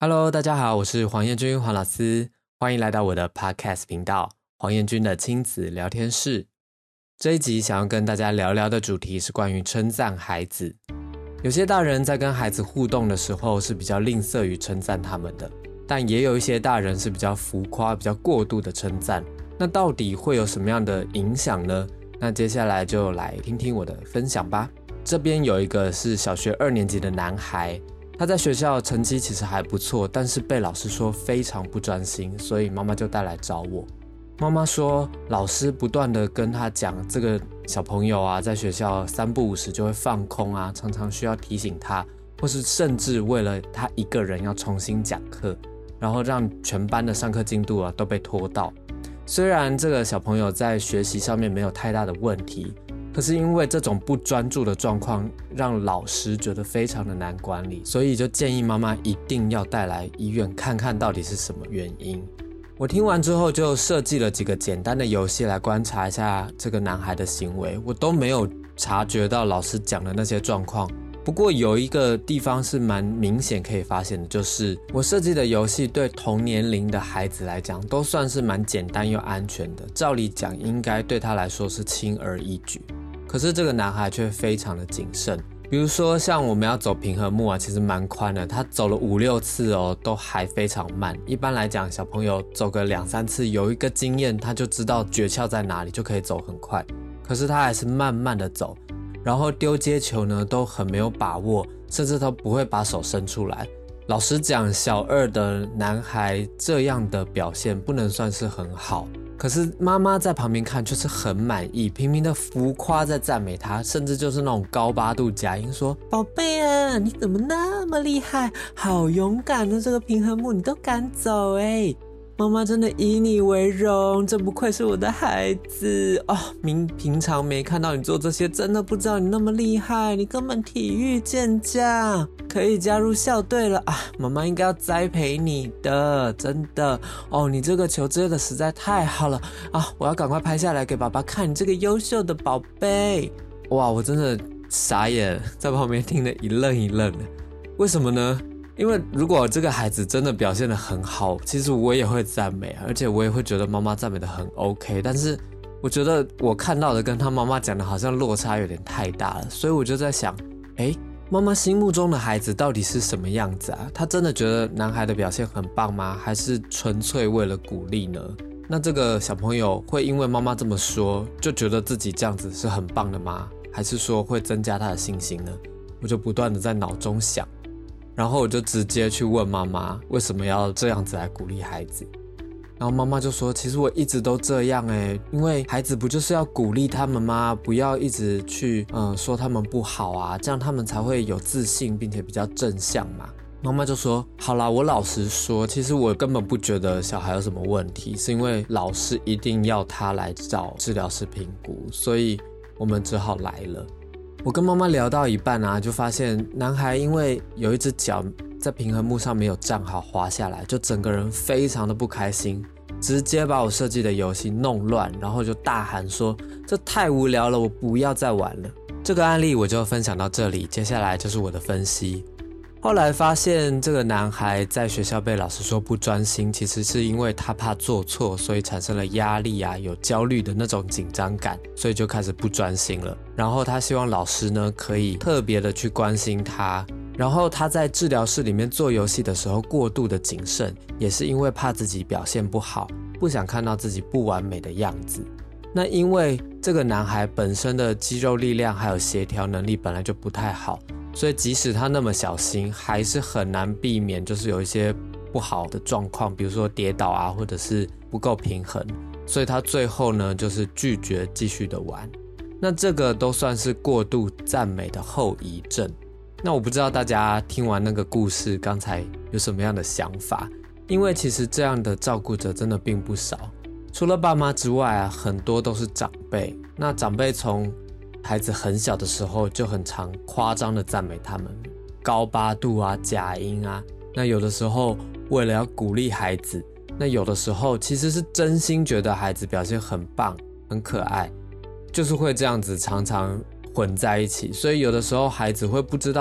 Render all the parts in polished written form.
Hello， 大家好，我是黄彦君黄老师，欢迎来到我的 Podcast 频道黄彦君的亲子聊天室。这一集想要跟大家聊聊的主题是关于称赞孩子。有些大人在跟孩子互动的时候是比较吝啬于称赞他们的，但也有一些大人是比较浮夸、比较过度的称赞。那到底会有什么样的影响呢？那接下来就来听听我的分享吧。这边有一个是小学2年级的男孩，他在学校成绩其实还不错，但是被老师说非常不专心，所以妈妈就带来找我。妈妈说老师不断的跟他讲，这个小朋友啊，在学校3不5时就会放空啊，常常需要提醒他，或是甚至为了他一个人要重新讲课，然后让全班的上课进度啊都被拖到。虽然这个小朋友在学习上面没有太大的问题，可是因为这种不专注的状况让老师觉得非常的难管理，所以就建议妈妈一定要带来医院看看到底是什么原因。我听完之后就设计了几个简单的游戏来观察一下这个男孩的行为，我都没有察觉到老师讲的那些状况。不过有一个地方是蛮明显可以发现的，就是我设计的游戏对同年龄的孩子来讲都算是蛮简单又安全的，照理讲应该对他来说是轻而易举。可是这个男孩却非常的谨慎，比如说像我们要走平衡木啊，其实蛮宽的，他走了5-6次哦，都还非常慢。一般来讲，小朋友走个2-3次，有一个经验，他就知道诀窍在哪里，就可以走很快。可是他还是慢慢的走，然后丢接球呢都很没有把握，甚至都不会把手伸出来。老实讲，小2的男孩这样的表现不能算是很好。可是妈妈在旁边看就是很满意，拼命的浮夸在赞美他，甚至就是那种高八度假音说，宝贝啊，你怎么那么厉害，好勇敢的，这个平衡木你都敢走耶，妈妈真的以你为荣，真不愧是我的孩子哦！平常没看到你做这些，真的不知道你那么厉害，你根本体育健将，可以加入校队了啊！妈妈应该要栽培你的，真的哦！你这个球追的实在太好了啊！我要赶快拍下来给爸爸看，你这个优秀的宝贝！哇，我真的傻眼，在旁边听得一愣一愣的。为什么呢？因为如果这个孩子真的表现得很好，其实我也会赞美，而且我也会觉得妈妈赞美得很 OK， 但是我觉得我看到的跟他妈妈讲的好像落差有点太大了，所以我就在想，妈妈心目中的孩子到底是什么样子啊？她真的觉得男孩的表现很棒吗？还是纯粹为了鼓励呢？那这个小朋友会因为妈妈这么说，就觉得自己这样子是很棒的吗？还是说会增加他的信心呢？我就不断的在脑中想。然后我就直接去问妈妈为什么要这样子来鼓励孩子，然后妈妈就说其实我一直都这样因为孩子不就是要鼓励他们吗？不要一直去说他们不好啊，这样他们才会有自信并且比较正向嘛。妈妈就说好啦，我老实说，其实我根本不觉得小孩有什么问题，是因为老师一定要他来找治疗师评估，所以我们只好来了。我跟妈妈聊到一半啊，就发现男孩因为有一只脚在平衡木上没有站好滑下来，就整个人非常的不开心，直接把我设计的游戏弄乱，然后就大喊说这太无聊了，我不要再玩了。这个案例我就分享到这里，接下来就是我的分析。后来发现这个男孩在学校被老师说不专心，其实是因为他怕做错，所以产生了压力啊，有焦虑的那种紧张感，所以就开始不专心了。然后他希望老师呢可以特别的去关心他，然后他在治疗室里面做游戏的时候过度的谨慎，也是因为怕自己表现不好，不想看到自己不完美的样子。那因为这个男孩本身的肌肉力量还有协调能力本来就不太好，所以即使他那么小心，还是很难避免就是有一些不好的状况，比如说跌倒啊，或者是不够平衡，所以他最后呢就是拒绝继续的玩。那这个都算是过度赞美的后遗症。那我不知道大家听完那个故事刚才有什么样的想法，因为其实这样的照顾者真的并不少，除了爸妈之外啊，很多都是长辈。那长辈从孩子很小的时候就很常夸张的赞美他们，高八度啊，假音啊。那有的时候为了要鼓励孩子，那有的时候其实是真心觉得孩子表现很棒很可爱，就是会这样子常常混在一起，所以有的时候孩子会不知道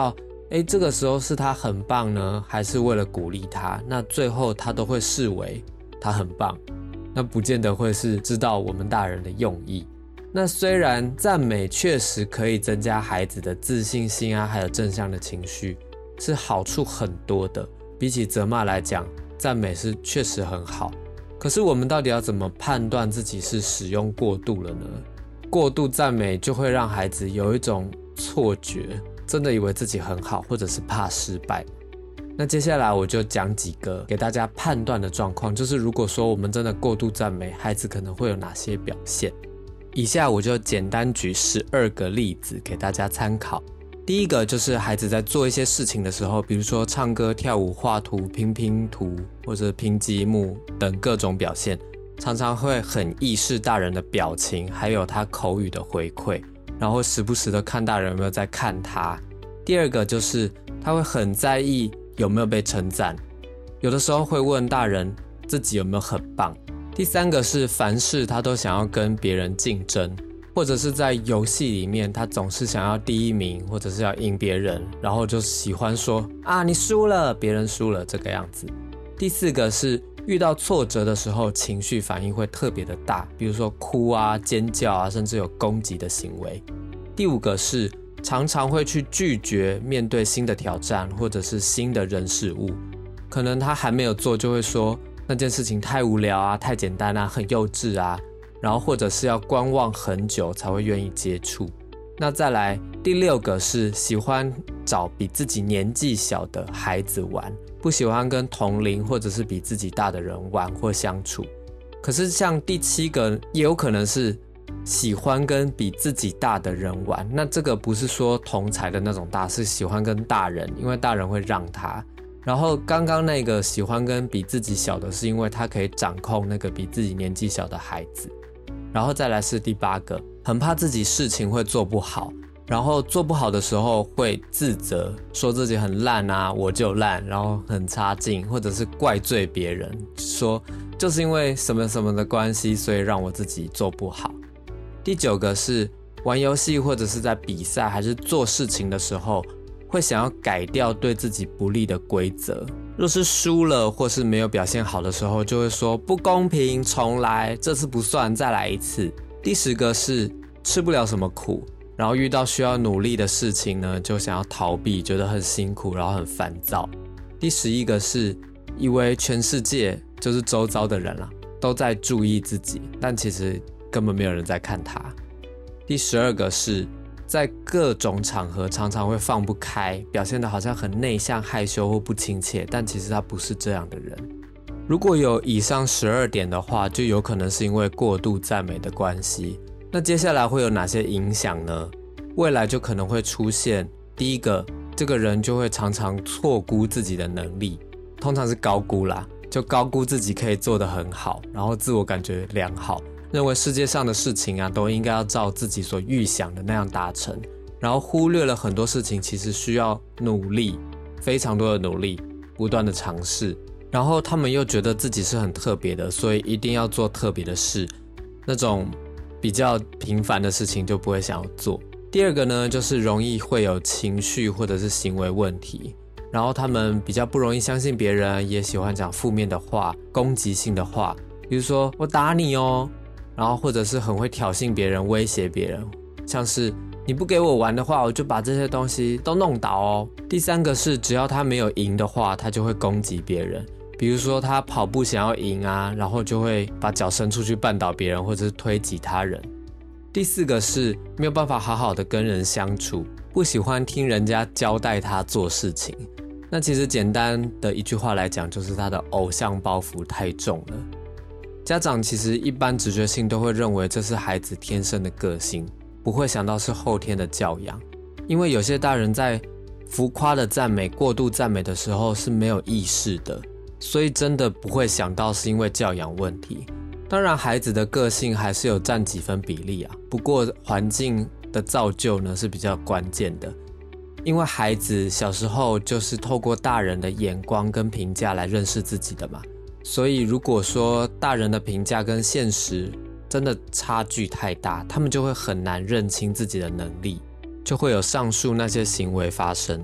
这个时候是他很棒呢，还是为了鼓励他？那最后他都会视为他很棒，那不见得会是知道我们大人的用意。那虽然赞美确实可以增加孩子的自信心啊，还有正向的情绪，是好处很多的，比起责骂来讲，赞美是确实很好。可是我们到底要怎么判断自己是使用过度了呢？过度赞美就会让孩子有一种错觉，真的以为自己很好，或者是怕失败。那接下来我就讲几个给大家判断的状况，就是如果说我们真的过度赞美，孩子可能会有哪些表现。以下我就简单举12个例子给大家参考。第一个就是孩子在做一些事情的时候，比如说唱歌、跳舞、画图、拼图或者拼积木等各种表现，常常会很意识大人的表情，还有他口语的回馈，然后时不时的看大人有没有在看他。第二个就是他会很在意有没有被称赞，有的时候会问大人自己有没有很棒。第三个是凡事他都想要跟别人竞争，或者是在游戏里面他总是想要第一名，或者是要赢别人，然后就喜欢说啊你输了，别人输了这个样子。第四个是遇到挫折的时候情绪反应会特别的大，比如说哭啊、尖叫啊，甚至有攻击的行为。第五个是常常会去拒绝面对新的挑战，或者是新的人事物，可能他还没有做就会说那件事情太无聊啊、太简单啊、很幼稚啊，然后或者是要观望很久才会愿意接触。那再来第6个是喜欢找比自己年纪小的孩子玩，不喜欢跟同龄或者是比自己大的人玩或相处。可是像第7个也有可能是喜欢跟比自己大的人玩，那这个不是说同才的那种大，是喜欢跟大人，因为大人会让他。然后刚刚那个喜欢跟比自己小的是因为他可以掌控那个比自己年纪小的孩子。然后再来是第8个，很怕自己事情会做不好，然后做不好的时候会自责，说自己很烂啊，我就烂，然后很差劲，或者是怪罪别人，说就是因为什么什么的关系，所以让我自己做不好。第9个是玩游戏或者是在比赛还是做事情的时候，会想要改掉对自己不利的规则，若是输了或是没有表现好的时候，就会说不公平，重来，这次不算，再来一次。第10个是吃不了什么苦，然后遇到需要努力的事情呢，就想要逃避，觉得很辛苦，然后很烦躁。第11个是以为全世界就是周遭的人都在注意自己，但其实根本没有人在看他。第12个是在各种场合常常会放不开，表现得好像很内向、害羞或不亲切，但其实他不是这样的人。如果有以上12点的话，就有可能是因为过度赞美的关系。那接下来会有哪些影响呢？未来就可能会出现，第一个，这个人就会常常错估自己的能力，通常是高估啦，就高估自己可以做得很好，然后自我感觉良好，认为世界上的事情都应该要照自己所预想的那样达成，然后忽略了很多事情其实需要努力，非常多的努力，不断的尝试，然后他们又觉得自己是很特别的，所以一定要做特别的事，那种比较平凡的事情就不会想要做。第2个呢，就是容易会有情绪或者是行为问题，然后他们比较不容易相信别人，也喜欢讲负面的话、攻击性的话，比如说我打你哦，然后或者是很会挑衅别人、威胁别人，像是你不给我玩的话，我就把这些东西都弄倒哦。第3个是只要他没有赢的话，他就会攻击别人，比如说他跑步想要赢啊，然后就会把脚伸出去绊倒别人，或者是推挤他人。第4个是没有办法好好的跟人相处，不喜欢听人家交代他做事情。那其实简单的一句话来讲，就是他的偶像包袱太重了。家长其实一般直觉性都会认为这是孩子天生的个性，不会想到是后天的教养。因为有些大人在浮夸的赞美、过度赞美的时候是没有意识的，所以真的不会想到是因为教养问题。当然孩子的个性还是有占几分比例不过环境的造就呢是比较关键的。因为孩子小时候就是透过大人的眼光跟评价来认识自己的嘛，所以如果说大人的评价跟现实真的差距太大，他们就会很难认清自己的能力，就会有上述那些行为发生。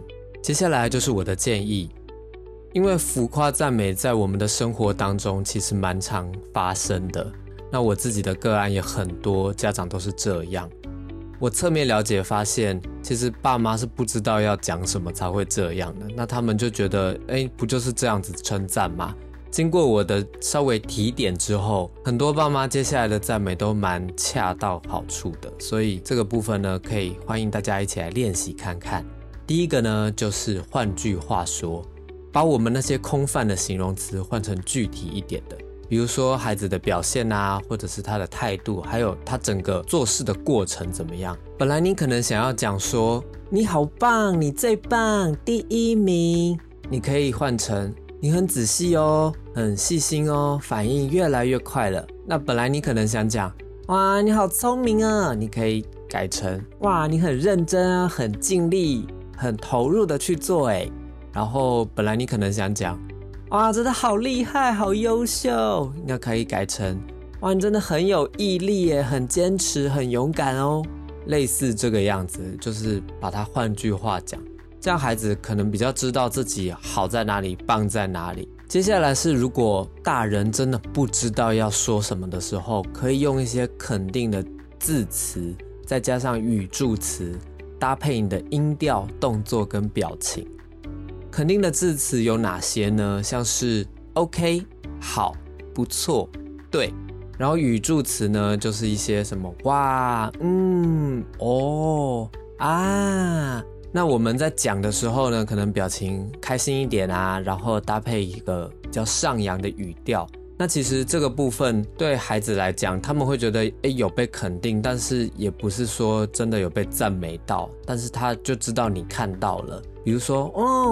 接下来就是我的建议，因为浮夸赞美在我们的生活当中其实蛮常发生的，那我自己的个案也很多，家长都是这样。我侧面了解发现，其实爸妈是不知道要讲什么才会这样的，那他们就觉得不就是这样子称赞吗？经过我的稍微提点之后，很多爸妈接下来的赞美都蛮恰到好处的，所以这个部分呢，可以欢迎大家一起来练习看看。第一个呢，就是换句话说，把我们那些空泛的形容词换成具体一点的，比如说孩子的表现啊，或者是他的态度，还有他整个做事的过程怎么样。本来你可能想要讲说你好棒，你最棒，第一名，你可以换成你很仔细哦，很细心哦，反应越来越快了。那本来你可能想讲哇你好聪明啊，你可以改成哇你很认真啊，很尽力，很投入的去做耶。然后本来你可能想讲哇真的好厉害，好优秀，那可以改成哇你真的很有毅力耶，很坚持，很勇敢哦，类似这个样子，就是把它换句话讲，这样孩子可能比较知道自己好在哪里，棒在哪里。接下来是如果大人真的不知道要说什么的时候，可以用一些肯定的字词，再加上语助词，搭配你的音调、动作跟表情。肯定的字词有哪些呢？像是 OK 好不错对，然后语助词呢就是一些什么哇哦啊。那我们在讲的时候呢，可能表情开心一点啊，然后搭配一个比较上扬的语调。那其实这个部分对孩子来讲，他们会觉得有被肯定，但是也不是说真的有被赞美到，但是他就知道你看到了。比如说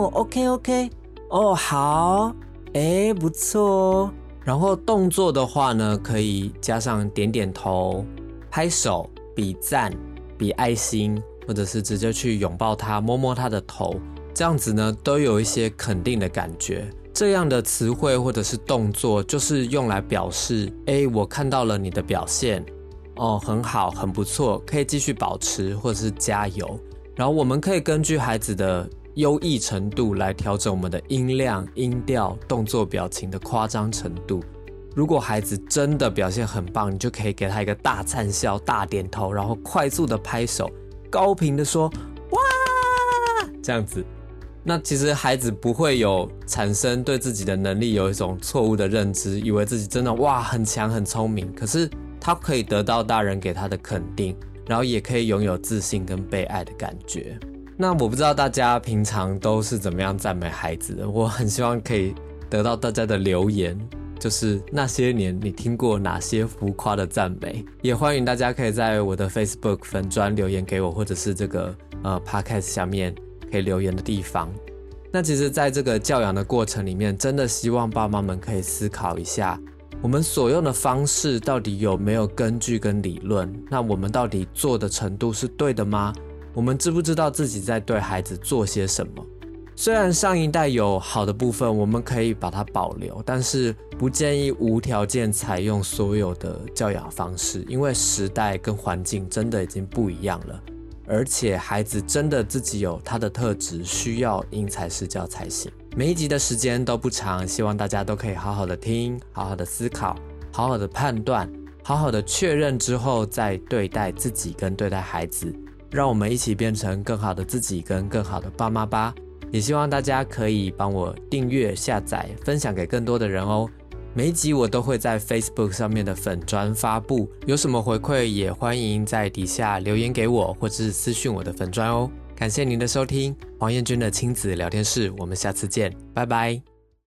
OK 好不错哦。然后动作的话呢，可以加上点点头、拍手、比赞、比爱心，或者是直接去拥抱他，摸摸他的头，这样子呢都有一些肯定的感觉。这样的词汇或者是动作就是用来表示我看到了你的表现很好很不错，可以继续保持或者是加油。然后我们可以根据孩子的优异程度来调整我们的音量、音调、动作表情的夸张程度。如果孩子真的表现很棒，你就可以给他一个大灿笑、大点头，然后快速的拍手，高频的说哇这样子。那其实孩子不会有产生对自己的能力有一种错误的认知，以为自己真的哇很强很聪明，可是他可以得到大人给他的肯定，然后也可以拥有自信跟被爱的感觉。那我不知道大家平常都是怎么样赞美孩子的，我很希望可以得到大家的留言，就是那些年你听过哪些浮夸的赞美。也欢迎大家可以在我的 Facebook 粉专留言给我，或者是这个Podcast 下面可以留言的地方。那其实在这个教养的过程里面，真的希望爸妈们可以思考一下，我们所用的方式到底有没有根据跟理论，那我们到底做的程度是对的吗？我们知不知道自己在对孩子做些什么？虽然上一代有好的部分，我们可以把它保留，但是不建议无条件采用所有的教养方式，因为时代跟环境真的已经不一样了，而且孩子真的自己有他的特质，需要因材施教才行。每一集的时间都不长，希望大家都可以好好的听，好好的思考，好好的判断，好好的确认之后再对待自己跟对待孩子，让我们一起变成更好的自己跟更好的爸妈吧。也希望大家可以帮我订阅、下载、分享给更多的人哦。每一集我都会在 Facebook 上面的粉专发布，有什么回馈也欢迎在底下留言给我，或是私讯我的粉专哦。感谢您的收听，黄彥君的亲子聊天室，我们下次见，拜拜。